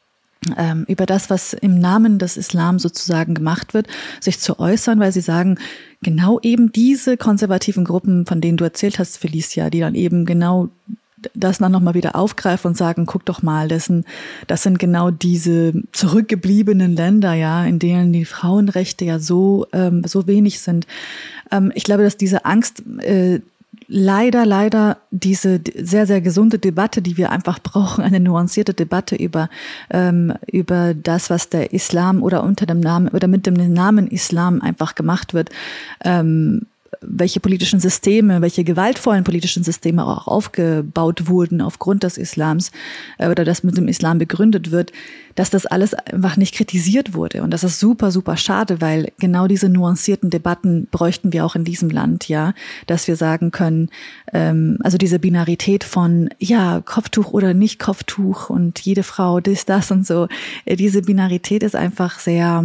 ähm, über das, was im Namen des Islam sozusagen gemacht wird, sich zu äußern, weil sie sagen, genau eben diese konservativen Gruppen, von denen du erzählt hast, Felicia, die dann eben genau das dann nochmal wieder aufgreifen und sagen, guck doch mal, das sind, das sind genau diese zurückgebliebenen Länder, ja, in denen die Frauenrechte ja so, ähm, so wenig sind. Ähm, ich glaube, dass diese Angst, äh, leider, leider diese sehr, sehr gesunde Debatte, die wir einfach brauchen, eine nuancierte Debatte über, ähm, über das, was der Islam oder unter dem Namen oder mit dem Namen Islam einfach gemacht wird, ähm, welche politischen Systeme, welche gewaltvollen politischen Systeme auch aufgebaut wurden aufgrund des Islams äh, oder das mit dem Islam begründet wird, dass das alles einfach nicht kritisiert wurde. Und das ist super, super schade, weil genau diese nuancierten Debatten bräuchten wir auch in diesem Land, ja, dass wir sagen können, ähm, also diese Binarität von, ja, Kopftuch oder nicht Kopftuch und jede Frau das, das und so, äh, diese Binarität ist einfach sehr,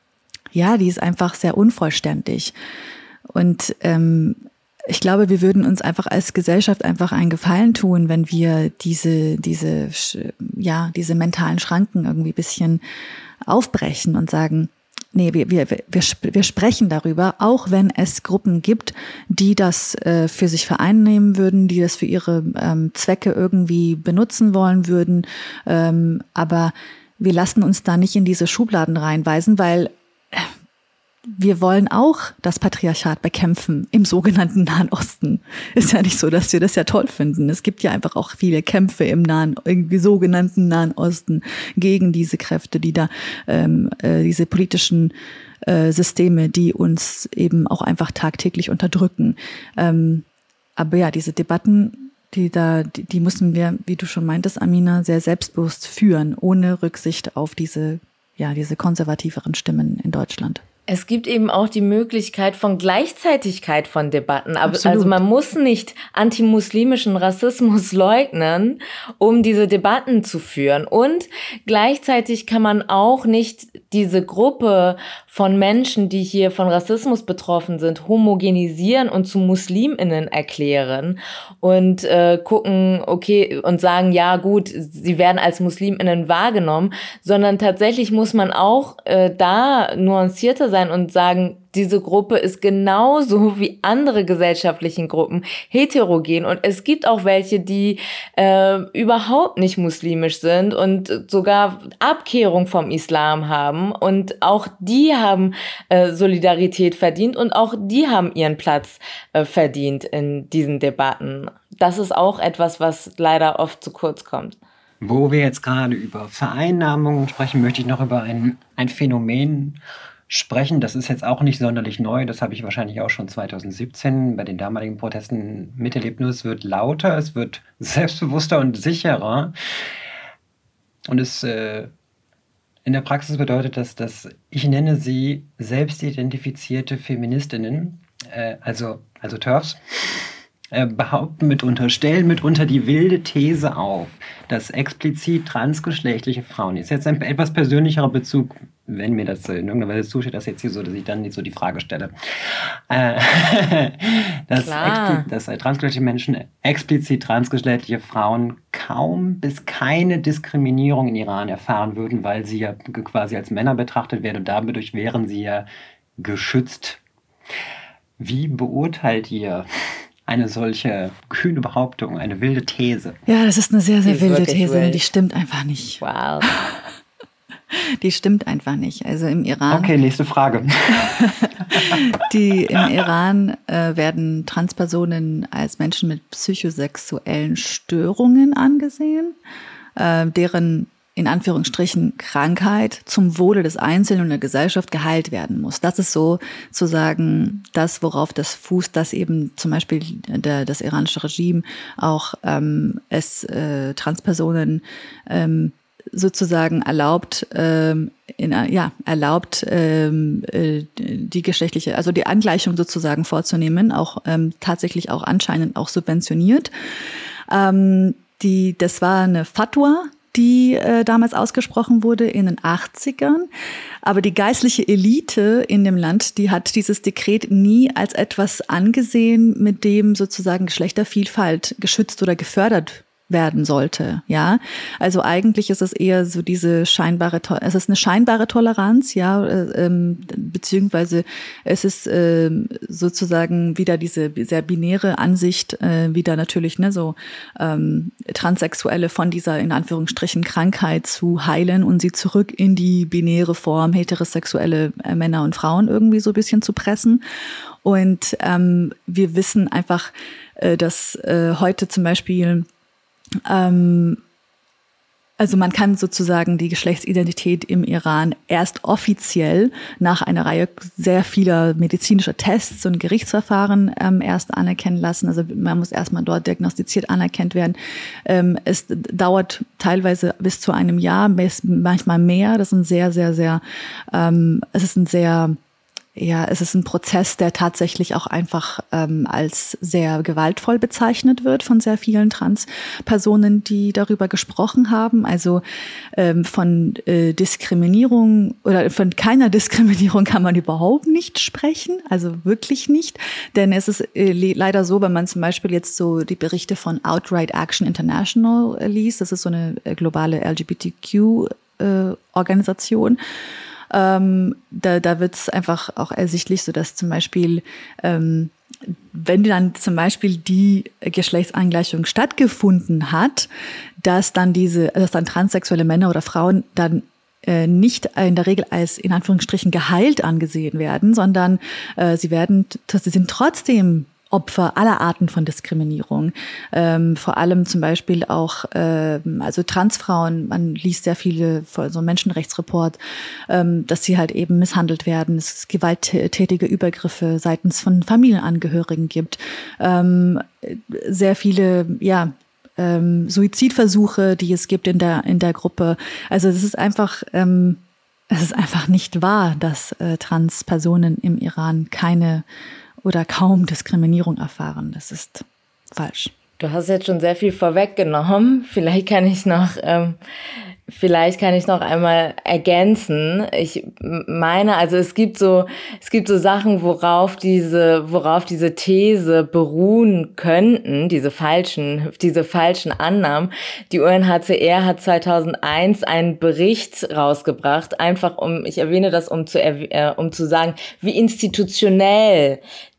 ja, die ist einfach sehr unvollständig. Und ähm, ich glaube, wir würden uns einfach als Gesellschaft einfach einen Gefallen tun, wenn wir diese, diese, ja, diese mentalen Schranken irgendwie ein bisschen aufbrechen und sagen, nee, wir, wir, wir, wir sprechen darüber, auch wenn es Gruppen gibt, die das äh, für sich vereinnehmen würden, die das für ihre ähm, Zwecke irgendwie benutzen wollen würden. Ähm, aber wir lassen uns da nicht in diese Schubladen reinweisen, weil wir wollen auch das Patriarchat bekämpfen im sogenannten Nahen Osten. Ist ja nicht so, dass wir das ja toll finden. Es gibt ja einfach auch viele Kämpfe im Nahen, im sogenannten Nahen Osten gegen diese Kräfte, die da, ähm, äh, diese politischen äh, Systeme, die uns eben auch einfach tagtäglich unterdrücken. Ähm, aber ja, diese Debatten, die da, die, die müssen wir, wie du schon meintest, Amina, sehr selbstbewusst führen, ohne Rücksicht auf diese, ja, diese konservativeren Stimmen in Deutschland. Es gibt eben auch die Möglichkeit von Gleichzeitigkeit von Debatten. Aber also man muss nicht antimuslimischen Rassismus leugnen, um diese Debatten zu führen. Und gleichzeitig kann man auch nicht diese Gruppe von Menschen, die hier von Rassismus betroffen sind, homogenisieren und zu MuslimInnen erklären und äh, gucken, okay, und sagen, ja gut, sie werden als MuslimInnen wahrgenommen, sondern tatsächlich muss man auch äh, da nuancierter sein und sagen, diese Gruppe ist genauso wie andere gesellschaftlichen Gruppen heterogen und es gibt auch welche, die äh, überhaupt nicht muslimisch sind und sogar Abkehrung vom Islam haben und auch die haben äh, Solidarität verdient und auch die haben ihren Platz äh, verdient in diesen Debatten. Das ist auch etwas, was leider oft zu kurz kommt. Wo wir jetzt gerade über Vereinnahmungen sprechen, möchte ich noch über ein, ein Phänomen sprechen. Das ist jetzt auch nicht sonderlich neu. Das habe ich wahrscheinlich auch schon zwanzig siebzehn bei den damaligen Protesten miterlebt. Nur es wird lauter, es wird selbstbewusster und sicherer. Und es äh, in der Praxis bedeutet das, dass ich nenne sie selbstidentifizierte Feministinnen, äh, also, also TERFs, äh, behaupten mitunter, stellen mitunter die wilde These auf, dass explizit transgeschlechtliche Frauen, ist jetzt ein etwas persönlicherer Bezug, wenn mir das in irgendeiner Weise zusteht, das jetzt hier so, dass ich dann nicht so die Frage stelle, äh, dass, expli- dass äh, transgeschlechtliche Menschen, explizit transgeschlechtliche Frauen kaum bis keine Diskriminierung in Iran erfahren würden, weil sie ja quasi als Männer betrachtet werden und dadurch wären sie ja geschützt. Wie beurteilt ihr eine solche kühne Behauptung, eine wilde These? Ja, das ist eine sehr, sehr Die wilde wirklich These. wild. Die stimmt einfach nicht. Wow. Die stimmt einfach nicht. Also im Iran. Okay, nächste Frage. Die im Iran äh, werden Transpersonen als Menschen mit psychosexuellen Störungen angesehen, äh, deren in Anführungsstrichen Krankheit zum Wohle des Einzelnen und der Gesellschaft geheilt werden muss. Das ist sozusagen das, worauf das fußt, dass eben zum Beispiel der, das iranische Regime auch ähm, es äh, Transpersonen ähm, sozusagen erlaubt, ähm, in, ja, erlaubt, ähm, äh, die geschlechtliche, also die Angleichung sozusagen vorzunehmen, auch ähm, tatsächlich auch anscheinend auch subventioniert. Ähm, die, das war eine Fatwa, die äh, damals ausgesprochen wurde in den achtzigern. Aber die geistliche Elite in dem Land, die hat dieses Dekret nie als etwas angesehen, mit dem sozusagen Geschlechtervielfalt geschützt oder gefördert werden sollte, ja. Also eigentlich ist es eher so diese scheinbare, es ist eine scheinbare Toleranz, ja, ähm, beziehungsweise es ist ähm, sozusagen wieder diese sehr binäre Ansicht, äh, wieder natürlich, ne, so ähm, Transsexuelle von dieser in Anführungsstrichen Krankheit zu heilen und sie zurück in die binäre Form heterosexuelle äh, Männer und Frauen irgendwie so ein bisschen zu pressen. Und ähm, wir wissen einfach, äh, dass äh, heute zum Beispiel Ähm, also man kann sozusagen die Geschlechtsidentität im Iran erst offiziell nach einer Reihe sehr vieler medizinischer Tests und Gerichtsverfahren ähm, erst anerkennen lassen. Also man muss erstmal dort diagnostiziert anerkannt werden. Ähm, es dauert teilweise bis zu einem Jahr, bis manchmal mehr. Das ist ein sehr, sehr, sehr, ähm, es ist ein sehr Ja, es ist ein Prozess, der tatsächlich auch einfach ähm, als sehr gewaltvoll bezeichnet wird von sehr vielen Transpersonen, die darüber gesprochen haben. Also ähm, von äh, Diskriminierung oder von keiner Diskriminierung kann man überhaupt nicht sprechen, also wirklich nicht. Denn es ist äh, le- leider so, wenn man zum Beispiel jetzt so die Berichte von Outright Action International äh, liest, das ist so eine äh, globale L G B T Q-Organisation, Ähm, da, da wird es einfach auch ersichtlich, so dass zum Beispiel, ähm, wenn dann zum Beispiel die Geschlechtsangleichung stattgefunden hat, dass dann diese, dass dann transsexuelle Männer oder Frauen dann äh, nicht in der Regel als in Anführungsstrichen geheilt angesehen werden, sondern äh, sie werden, sie sind trotzdem Opfer aller Arten von Diskriminierung. Ähm, vor allem zum Beispiel auch, ähm, also Transfrauen, man liest sehr viele, so einen Menschenrechtsreport, ähm, dass sie halt eben misshandelt werden, dass es gewalttätige Übergriffe seitens von Familienangehörigen gibt. Ähm, sehr viele, ja, ähm, Suizidversuche, die es gibt in der, in der Gruppe. Also es ist einfach, ähm, es ist einfach nicht wahr, dass äh, Transpersonen im Iran keine oder kaum Diskriminierung erfahren. Das ist falsch. Du hast jetzt schon sehr viel vorweggenommen. Vielleicht kann ich noch ähm, Vielleicht kann ich noch einmal ergänzen. Ich meine, also es gibt so, es gibt so Sachen, worauf diese, worauf diese These beruhen könnten, diese falschen, diese falschen Annahmen. Die U N H C R hat zweitausendeins einen Bericht rausgebracht, einfach um, ich erwähne das, um zu, äh, um zu sagen, wie institutionell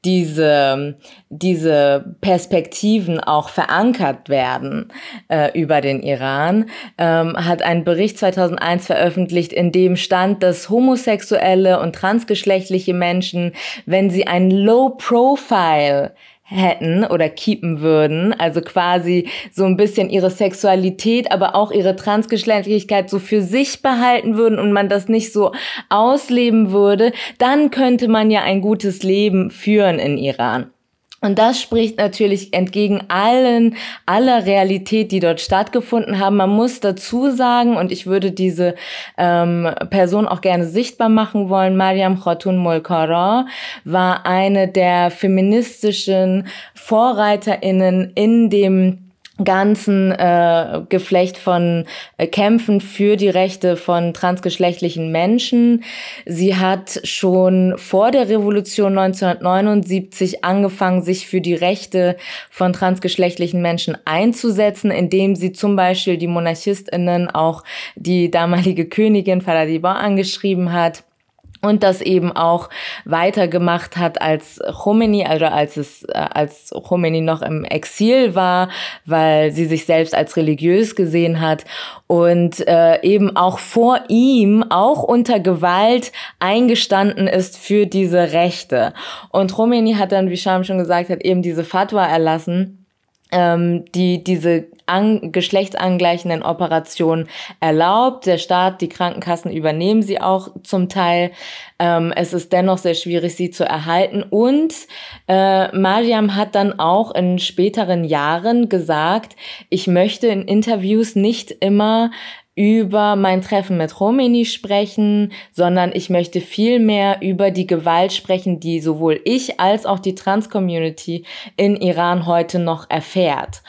diese, diese Perspektiven auch verankert werden äh, über den Iran, ähm, hat ein Bericht zweitausendeins veröffentlicht, in dem stand, dass homosexuelle und transgeschlechtliche Menschen, wenn sie ein Low Profile hätten oder keepen würden, also quasi so ein bisschen ihre Sexualität, aber auch ihre Transgeschlechtlichkeit so für sich behalten würden und man das nicht so ausleben würde, dann könnte man ja ein gutes Leben führen in Iran. Und das spricht natürlich entgegen allen, aller Realität, die dort stattgefunden haben. Man muss dazu sagen, und ich würde diese ähm, Person auch gerne sichtbar machen wollen, Mariam Khatun Molkara war eine der feministischen VorreiterInnen in dem ganzen äh, Geflecht von äh, Kämpfen für die Rechte von transgeschlechtlichen Menschen. Sie hat schon vor der Revolution neunzehnhundertneunundsiebzig angefangen, sich für die Rechte von transgeschlechtlichen Menschen einzusetzen, indem sie zum Beispiel die MonarchistInnen, auch die damalige Königin Faradiba, angeschrieben hat. Und das eben auch weitergemacht hat als Khomeini, also als es, als Khomeini noch im Exil war, weil sie sich selbst als religiös gesehen hat und äh, eben auch vor ihm auch unter Gewalt eingestanden ist für diese Rechte. Und Khomeini hat dann, wie Sham schon gesagt hat, eben diese Fatwa erlassen, ähm, die diese an, geschlechtsangleichenden Operationen erlaubt. Der Staat, die Krankenkassen übernehmen sie auch zum Teil. Ähm, es ist dennoch sehr schwierig, sie zu erhalten. Und äh, Mariam hat dann auch in späteren Jahren gesagt, ich möchte in Interviews nicht immer über mein Treffen mit Khomeini sprechen, sondern ich möchte viel mehr über die Gewalt sprechen, die sowohl ich als auch die Trans-Community in Iran heute noch erfährt.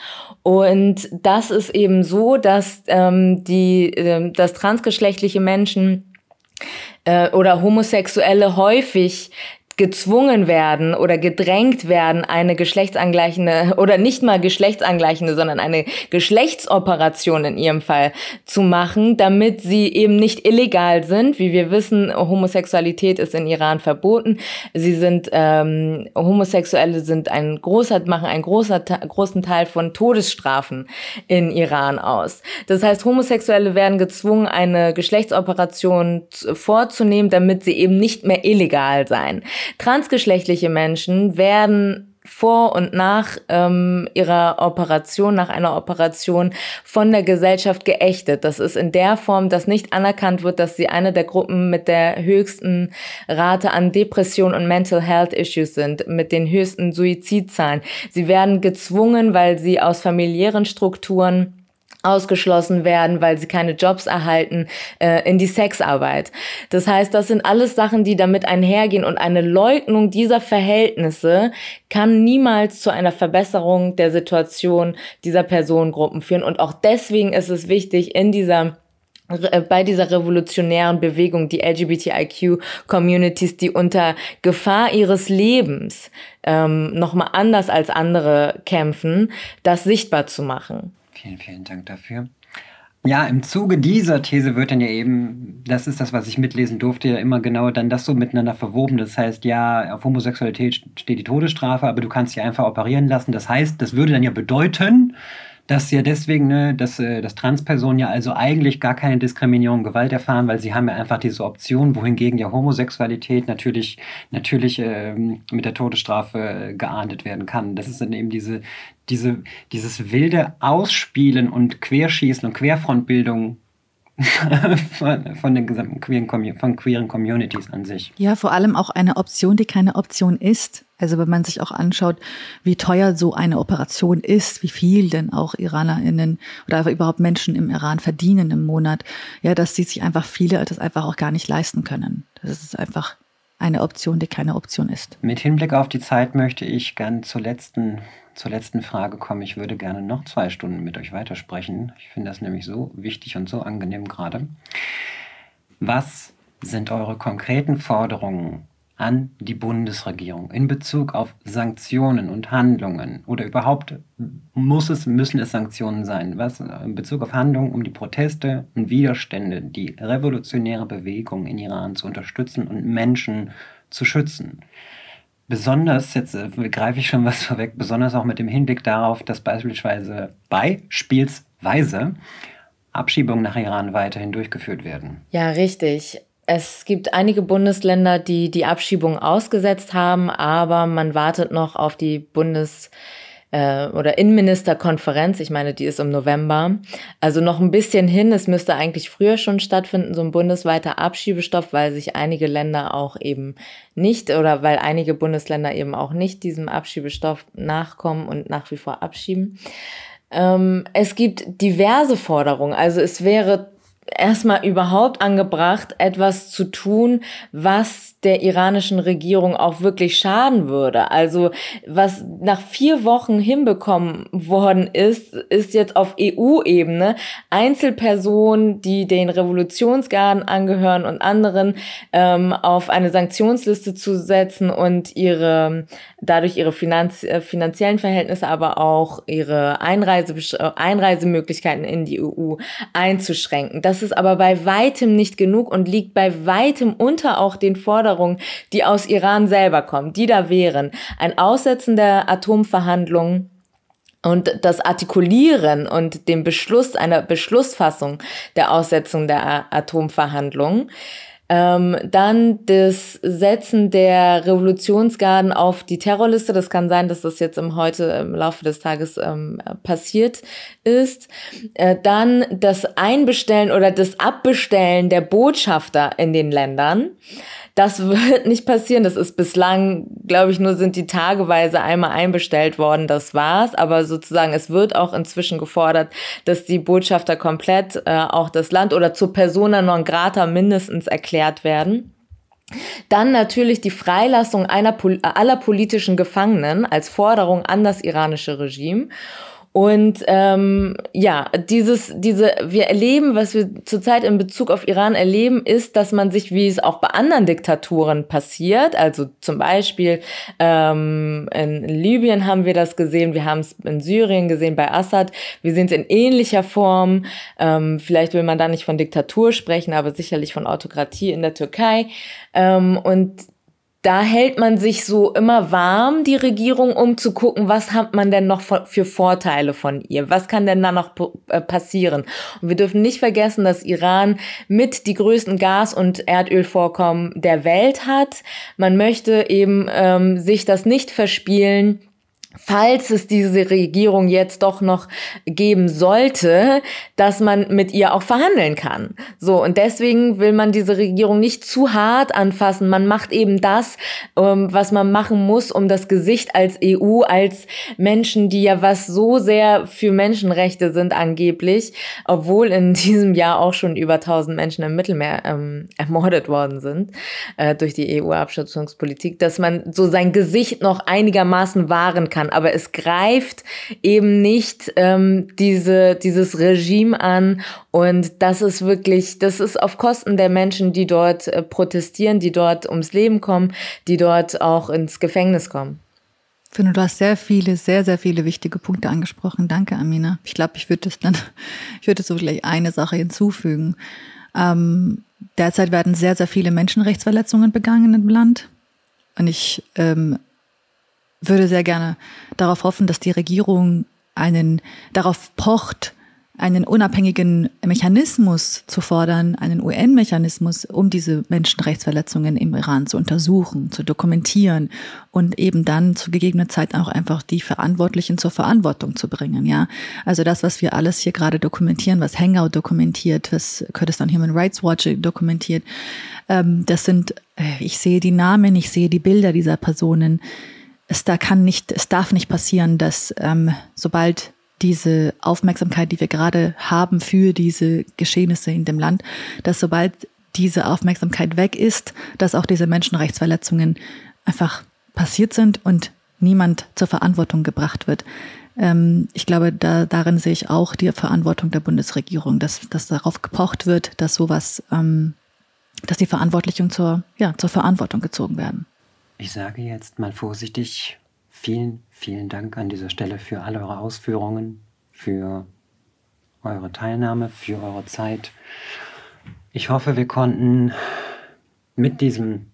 Und das ist eben so, dass ähm, die, äh, dass transgeschlechtliche Menschen äh, oder Homosexuelle häufig gezwungen werden oder gedrängt werden, eine geschlechtsangleichende oder nicht mal geschlechtsangleichende, sondern eine Geschlechtsoperation in ihrem Fall zu machen, damit sie eben nicht illegal sind. Wie wir wissen, Homosexualität ist in Iran verboten. Sie sind ähm, Homosexuelle sind ein großer machen einen großer, großen Teil von Todesstrafen in Iran aus. Das heißt, Homosexuelle werden gezwungen, eine Geschlechtsoperation vorzunehmen, damit sie eben nicht mehr illegal seien. Transgeschlechtliche Menschen werden vor und nach ähm, ihrer Operation, nach einer Operation von der Gesellschaft geächtet. Das ist in der Form, dass nicht anerkannt wird, dass sie eine der Gruppen mit der höchsten Rate an Depression und Mental Health Issues sind, mit den höchsten Suizidzahlen. Sie werden gezwungen, weil sie aus familiären Strukturen ausgeschlossen werden, weil sie keine Jobs erhalten, äh, in die Sexarbeit. Das heißt, das sind alles Sachen, die damit einhergehen und eine Leugnung dieser Verhältnisse kann niemals zu einer Verbesserung der Situation dieser Personengruppen führen. Und auch deswegen ist es wichtig, in dieser bei dieser revolutionären Bewegung, die L G B T I Q-Communities, die unter Gefahr ihres Lebens ähm, nochmal anders als andere kämpfen, das sichtbar zu machen. Vielen, vielen Dank dafür. Ja, im Zuge dieser These wird dann ja eben, das ist das, was ich mitlesen durfte, ja immer genau dann das so miteinander verwoben. Das heißt, ja, auf Homosexualität steht die Todesstrafe, aber du kannst sie einfach operieren lassen. Das heißt, das würde dann ja bedeuten, dass ja deswegen, ne, dass, dass Transpersonen ja also eigentlich gar keine Diskriminierung und Gewalt erfahren, weil sie haben ja einfach diese Option, wohingegen ja Homosexualität natürlich, natürlich ähm, mit der Todesstrafe geahndet werden kann. Das ist dann eben diese, diese, dieses wilde Ausspielen und Querschießen und Querfrontbildung von, von den gesamten queeren, von queeren Communities an sich. Ja, vor allem auch eine Option, die keine Option ist. Also wenn man sich auch anschaut, wie teuer so eine Operation ist, wie viel denn auch IranerInnen oder überhaupt Menschen im Iran verdienen im Monat, ja, dass die sich einfach viele das einfach auch gar nicht leisten können. Das ist einfach eine Option, die keine Option ist. Mit Hinblick auf die Zeit möchte ich gern zur letzten, zur letzten Frage kommen. Ich würde gerne noch zwei Stunden mit euch weitersprechen. Ich finde das nämlich so wichtig und so angenehm gerade. Was sind eure konkreten Forderungen an die Bundesregierung in Bezug auf Sanktionen und Handlungen oder überhaupt muss es, müssen es Sanktionen sein, was in Bezug auf Handlungen, um die Proteste und Widerstände, die revolutionäre Bewegung in Iran zu unterstützen und Menschen zu schützen? Besonders, jetzt äh, greife ich schon was vorweg, besonders auch mit dem Hinblick darauf, dass beispielsweise beispielsweise Abschiebungen nach Iran weiterhin durchgeführt werden. Ja, richtig. Es gibt einige Bundesländer, die die Abschiebung ausgesetzt haben, aber man wartet noch auf die Bundes- äh, oder Innenministerkonferenz. Ich meine, die ist im November. Also noch ein bisschen hin. Es müsste eigentlich früher schon stattfinden, so ein bundesweiter Abschiebestopp, weil sich einige Länder auch eben nicht oder weil einige Bundesländer eben auch nicht diesem Abschiebestopp nachkommen und nach wie vor abschieben. Ähm, es gibt diverse Forderungen. Also es wäre erstmal überhaupt angebracht, etwas zu tun, was der iranischen Regierung auch wirklich schaden würde. Also was nach vier Wochen hinbekommen worden ist, ist jetzt auf E U-Ebene Einzelpersonen, die den Revolutionsgarden angehören und anderen ähm, auf eine Sanktionsliste zu setzen und ihre dadurch ihre Finanz, äh, finanziellen Verhältnisse, aber auch ihre Einreise, Einreisemöglichkeiten in die E U einzuschränken. Das ist aber bei weitem nicht genug und liegt bei weitem unter auch den Forderungen, die aus Iran selber kommen, die da wären. Ein Aussetzen der Atomverhandlungen und das Artikulieren und den Beschluss, einer Beschlussfassung der Aussetzung der Atomverhandlungen. Ähm, dann das Setzen der Revolutionsgarden auf die Terrorliste. Das kann sein, dass das jetzt im heute im Laufe des Tages ähm, passiert ist. Äh, dann das Einbestellen oder das Abbestellen der Botschafter in den Ländern. Das wird nicht passieren. Das ist bislang, glaube ich, nur sind die tageweise einmal einbestellt worden. Das war's. Aber sozusagen, es wird auch inzwischen gefordert, dass die Botschafter komplett äh, auch das Land oder zur Persona non grata mindestens erklärt werden. Dann natürlich die Freilassung einer, aller politischen Gefangenen als Forderung an das iranische Regime. Und ähm, ja, dieses, diese, wir erleben, was wir zurzeit in Bezug auf Iran erleben, ist, dass man sich, wie es auch bei anderen Diktaturen passiert, also zum Beispiel ähm, in Libyen haben wir das gesehen, wir haben es in Syrien gesehen bei Assad, wir sehen es in ähnlicher Form, ähm, vielleicht will man da nicht von Diktatur sprechen, aber sicherlich von Autokratie in der Türkei ähm, und da hält man sich so immer warm, die Regierung, um zu gucken, was hat man denn noch für Vorteile von ihr? Was kann denn da noch passieren? Und wir dürfen nicht vergessen, dass Iran mit die größten Gas- und Erdölvorkommen der Welt hat. Man möchte eben ähm, sich das nicht verspielen, falls es diese Regierung jetzt doch noch geben sollte, dass man mit ihr auch verhandeln kann. So, und deswegen will man diese Regierung nicht zu hart anfassen. Man macht eben das, was man machen muss, um das Gesicht als E U, als Menschen, die ja was so sehr für Menschenrechte sind angeblich, obwohl in diesem Jahr auch schon über tausend Menschen im Mittelmeer ähm, ermordet worden sind äh, durch die E U-Abschottungspolitik, dass man so sein Gesicht noch einigermaßen wahren kann. Aber es greift eben nicht ähm, diese, dieses Regime an und das ist wirklich, das ist auf Kosten der Menschen, die dort äh, protestieren, die dort ums Leben kommen, die dort auch ins Gefängnis kommen. Ich finde, du hast sehr viele, sehr, sehr viele wichtige Punkte angesprochen. Danke, Amina. Ich glaube, ich würde das dann, ich würde so vielleicht eine Sache hinzufügen. Ähm, derzeit werden sehr, sehr viele Menschenrechtsverletzungen begangen im Land und ich ähm, würde sehr gerne darauf hoffen, dass die Regierung einen darauf pocht, einen unabhängigen Mechanismus zu fordern, einen U N-Mechanismus, um diese Menschenrechtsverletzungen im Iran zu untersuchen, zu dokumentieren und eben dann zu gegebener Zeit auch einfach die Verantwortlichen zur Verantwortung zu bringen. Ja, also das, was wir alles hier gerade dokumentieren, was Hangout dokumentiert, was Kurdistan Human Rights Watch dokumentiert, ähm, das sind, ich sehe die Namen, ich sehe die Bilder dieser Personen. Es da kann nicht, es darf nicht passieren, dass ähm, sobald diese Aufmerksamkeit, die wir gerade haben für diese Geschehnisse in dem Land, dass sobald diese Aufmerksamkeit weg ist, dass auch diese Menschenrechtsverletzungen einfach passiert sind und niemand zur Verantwortung gebracht wird. Ähm, ich glaube, da, darin sehe ich auch die Verantwortung der Bundesregierung, dass, dass darauf gepocht wird, dass sowas, ähm, dass die Verantwortlichen zur, ja, zur Verantwortung gezogen werden. Ich sage jetzt mal vorsichtig, vielen, vielen Dank an dieser Stelle für all eure Ausführungen, für eure Teilnahme, für eure Zeit. Ich hoffe, wir konnten mit diesem,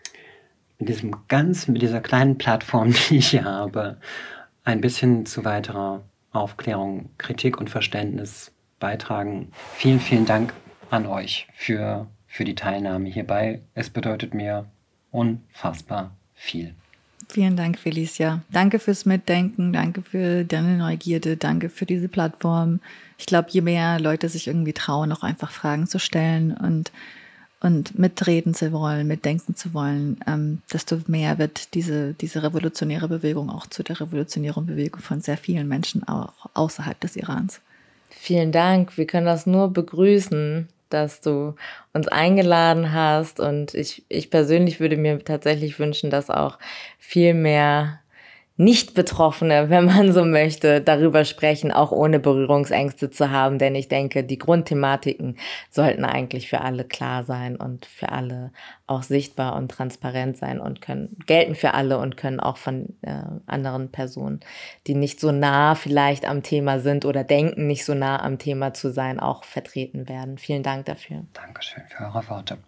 mit diesem ganz, mit dieser kleinen Plattform, die ich hier habe, ein bisschen zu weiterer Aufklärung, Kritik und Verständnis beitragen. Vielen, vielen Dank an euch für, für die Teilnahme hierbei. Es bedeutet mir unfassbar viel. Vielen Dank, Felicia. Danke fürs Mitdenken, danke für deine Neugierde, danke für diese Plattform. Ich glaube, je mehr Leute sich irgendwie trauen, auch einfach Fragen zu stellen und, und mitreden zu wollen, mitdenken zu wollen, ähm, desto mehr wird diese, diese revolutionäre Bewegung auch zu der revolutionären Bewegung von sehr vielen Menschen auch außerhalb des Irans. Vielen Dank. Wir können das nur begrüßen, dass du uns eingeladen hast, und ich, ich persönlich würde mir tatsächlich wünschen, dass auch viel mehr Nicht-Betroffene, wenn man so möchte, darüber sprechen, auch ohne Berührungsängste zu haben, denn ich denke, die Grundthematiken sollten eigentlich für alle klar sein und für alle auch sichtbar und transparent sein und können gelten für alle und können auch von äh, anderen Personen, die nicht so nah vielleicht am Thema sind oder denken, nicht so nah am Thema zu sein, auch vertreten werden. Vielen Dank dafür. Dankeschön für eure Worte.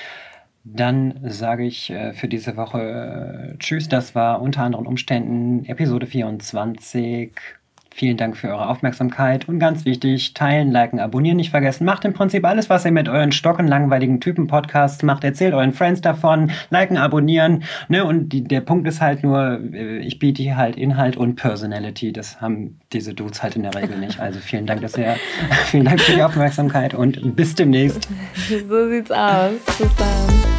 Dann sage ich äh, für diese Woche äh, Tschüss. Das war unter anderen Umständen Episode vierundzwanzig. Vielen Dank für eure Aufmerksamkeit und ganz wichtig, teilen, liken, abonnieren nicht vergessen. Macht im Prinzip alles, was ihr mit euren stockenlangweiligen Typen-Podcasts macht. Erzählt euren Friends davon, liken, abonnieren. Ne? Und die, der Punkt ist halt nur, ich biete hier halt Inhalt und Personality. Das haben diese Dudes halt in der Regel nicht. Also vielen Dank, dass ihr, vielen Dank für die Aufmerksamkeit und bis demnächst. So sieht's aus. Bis dann.